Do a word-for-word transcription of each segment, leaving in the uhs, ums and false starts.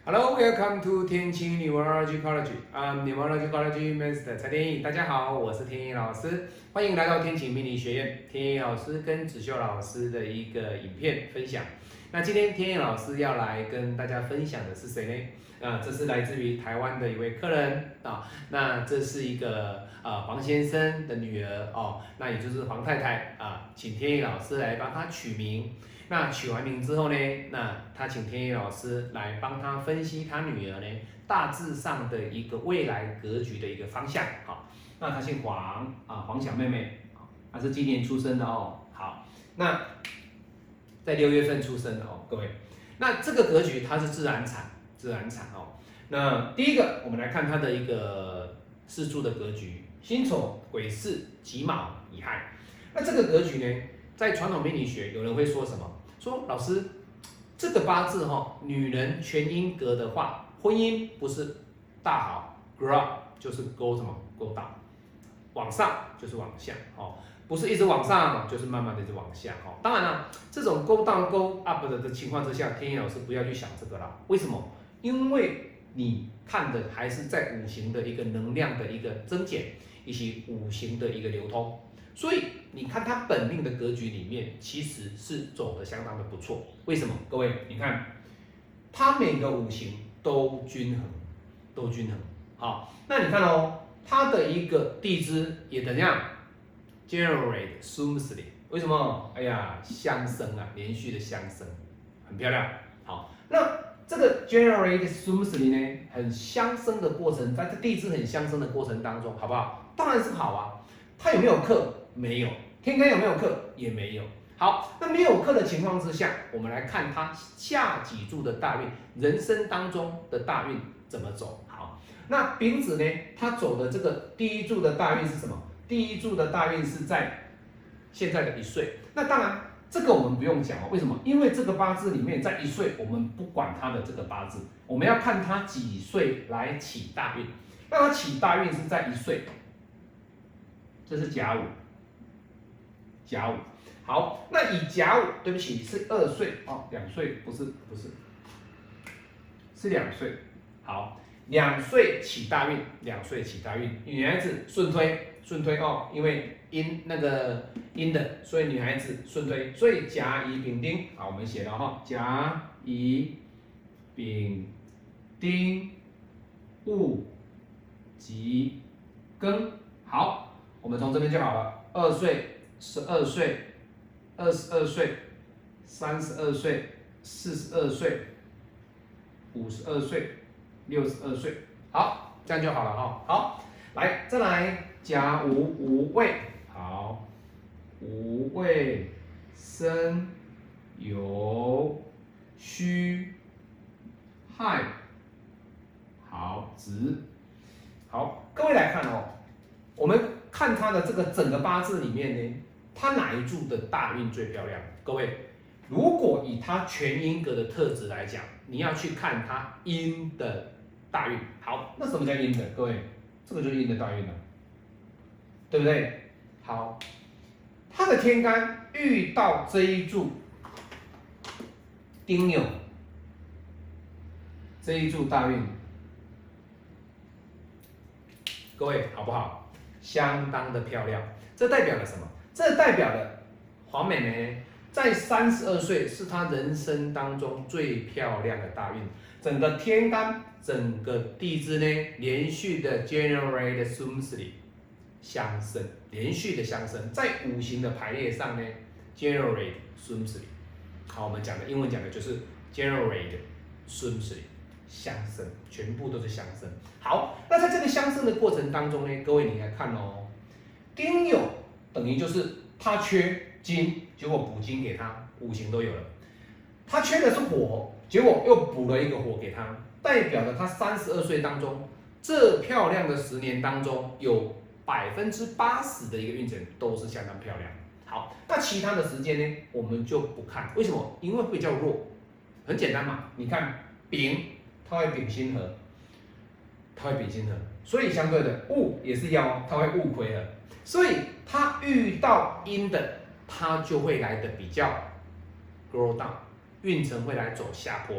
Hello, welcome to 天晴 Numerology College. I'm Numerology College Master 蔡天意。大家好，我是天意老师，欢迎来到天晴命理学院。天意老师跟子秀老师的一个影片分享。那今天天意老师要来跟大家分享的是谁呢？啊，这是来自于台湾的一位客人啊。那这是一个啊黄先生的女儿哦，那也就是黄太太啊，请天意老师来帮她取名。那取完名之后呢，那他请天意老师来帮他分析他女儿呢大致上的一个未来格局的一个方向。好，那他姓黄啊，黄小妹妹，她是今年出生的哦。好，那在六月份出生的哦，各位。那这个格局它是自然产，自然产哦。那第一个，我们来看它的一个四柱的格局：辛丑、癸巳、己卯、乙亥。那这个格局呢，在传统命理学，有人会说什么？说老师，这个八字哈、哦，女人全阴格的话，婚姻不是大好 ，grow up 就是 go 什么 go down， 往上就是往下哦，不是一直往上，就是慢慢的一直往下哦。当然了，这种 go down go up 的情况之下，天意老师不要去想这个啦。为什么？因为你看的还是在五行的一个能量的一个增减，以及五行的一个流通。所以你看它本命的格局里面，其实是走的相当的不错。为什么？各位，你看它每个五行都均衡，都均衡。好，那你看哦，它的一个地支也怎样 ？generate smoothly。为什么？哎呀，相生啊，连续的相生，很漂亮。好，那这个 generate smoothly 呢，很相生的过程，在这地支很相生的过程当中，好不好？当然是好啊。它有没有克？没有。天干有没有克？也没有。好，那没有克的情况之下，我们来看它下几柱的大运，人生当中的大运怎么走。好，那丙子呢，它走的这个第一柱的大运是什么？第一柱的大运是在现在的一岁。那当然，这个我们不用讲哦。为什么？因为这个八字里面在一岁，我们不管它的这个八字，我们要看它几岁来起大运。那它起大运是在一岁。这是甲午，甲午。好，那以甲午，对不起，是二岁哦，两岁不是不是，是两岁。好，两岁起大运，两岁起大运。女孩子顺推，顺推哦，因为阴那个阴的，所以女孩子顺推。所以甲乙丙丁，好，我们写了哈，甲乙丙丁戊己庚，好。我们从这边就好了，二岁、十二岁、二十二岁、三十二岁、四十二岁、五十二岁、六十二岁，好，这样就好了哈。好，来，再来甲午午未，好，午未申酉戌亥，好子，好，各位来看哦，我们看他的这个整个八字里面呢，他哪一柱的大运最漂亮？各位，如果以他全阴格的特质来讲，你要去看他阴的大运。好，那什么叫阴的？各位，这个就是阴的大运了，对不对？好，他的天干遇到这一柱丁酉，这一柱大运，各位好不好？相当的漂亮，这代表了什么？这代表了黄美眉在三十二岁是她人生当中最漂亮的大运，整个天干、整个地支呢，连续的 generate smoothly 相生，连续的相生，在五行的排列上呢 generate smoothly。好，我们讲的英文讲的就是 generate smoothly。相生，全部都是相生。好，那在这个相生的过程当中呢，各位你来看哦，丁酉等于就是他缺金，结果补金给他，五行都有了。他缺的是火，结果又补了一个火给他，代表了他三十二岁当中，这漂亮的十年当中，有百分之八十的一个运程都是相当漂亮。好，那其他的时间呢，我们就不看，为什么？因为比较弱，很简单嘛，你看丙。它会丙辛合，它会丙辛合，所以相对的戊也是一样哦，它会戊癸合，所以它遇到阴的，它就会来的比较 grow down，运程会来走下坡，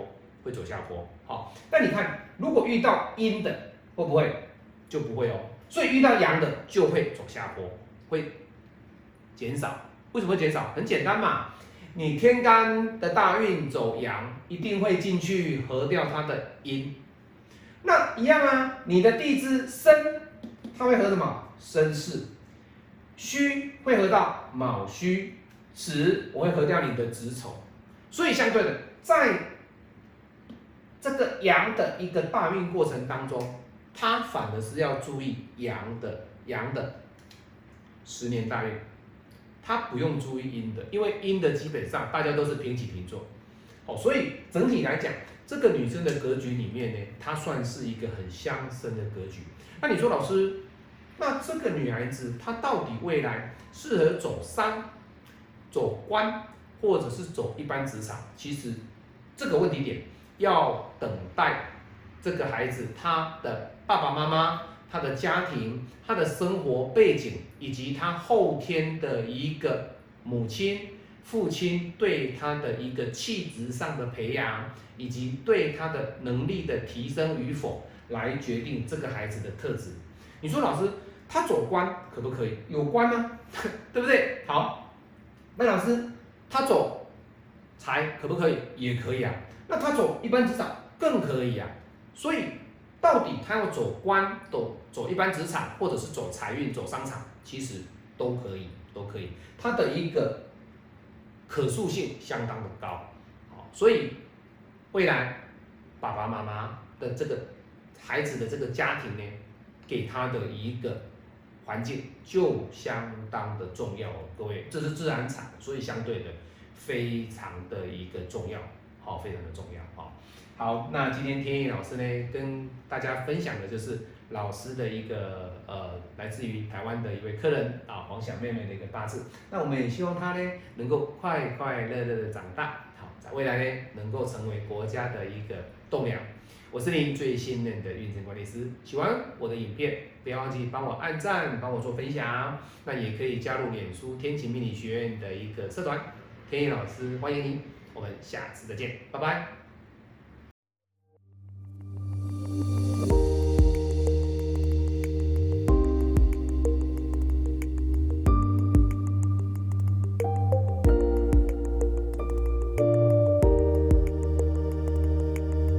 会走下坡。好，那你看，如果遇到阴的，会不会？就不会哦。所以遇到阳的就会走下坡，会减少。为什么会减少？很简单嘛，你天干的大运走阳，一定会进去合掉它的阴。那一样啊，你的地支申，它会合什么？申巳。戌会合到卯戌，子我会合掉你的子丑。所以相对的，在这个阳的一个大运过程当中，它反而是要注意阳的阳的十年大运，它不用注意阴的，因为阴的基本上大家都是平起平坐。哦，所以整体来讲，这个女生的格局里面呢，她算是一个很相生的格局。那你说老师，那这个女孩子她到底未来适合走商、走官，或者是走一般职场？其实这个问题点要等待这个孩子他的爸爸妈妈、他的家庭、他的生活背景，以及他后天的一个母亲、父亲对他的一个气质上的培养，以及对他的能力的提升与否，来决定这个孩子的特质。你说老师，他走官可不可以？有官啊，对不对？好，那老师他走财可不可以？也可以啊。那他走一般职场更可以啊。所以到底他要走官、走走一般职场，或者是走财运、走商场，其实都可以，都可以。他的一个可塑性相当的高，所以未来爸爸妈妈的这个孩子的这个家庭呢，给他的一个环境就相当的重要哦，各位，这是自然产，所以相对的非常的一个重要，好，非常的重要，好，好，那今天天意老师呢跟大家分享的就是老师的一个呃来自于台湾的一位客人啊黄小妹妹的一个八字，那我们也希望她呢能够快快乐乐的长大，好，在未来呢能够成为国家的一个栋梁。我是您最信任的运程管理师，喜欢我的影片，不要忘记帮我按赞，帮我做分享，那也可以加入脸书天晴命理学院的一个社团，天意老师欢迎您，我们下次再见，拜拜。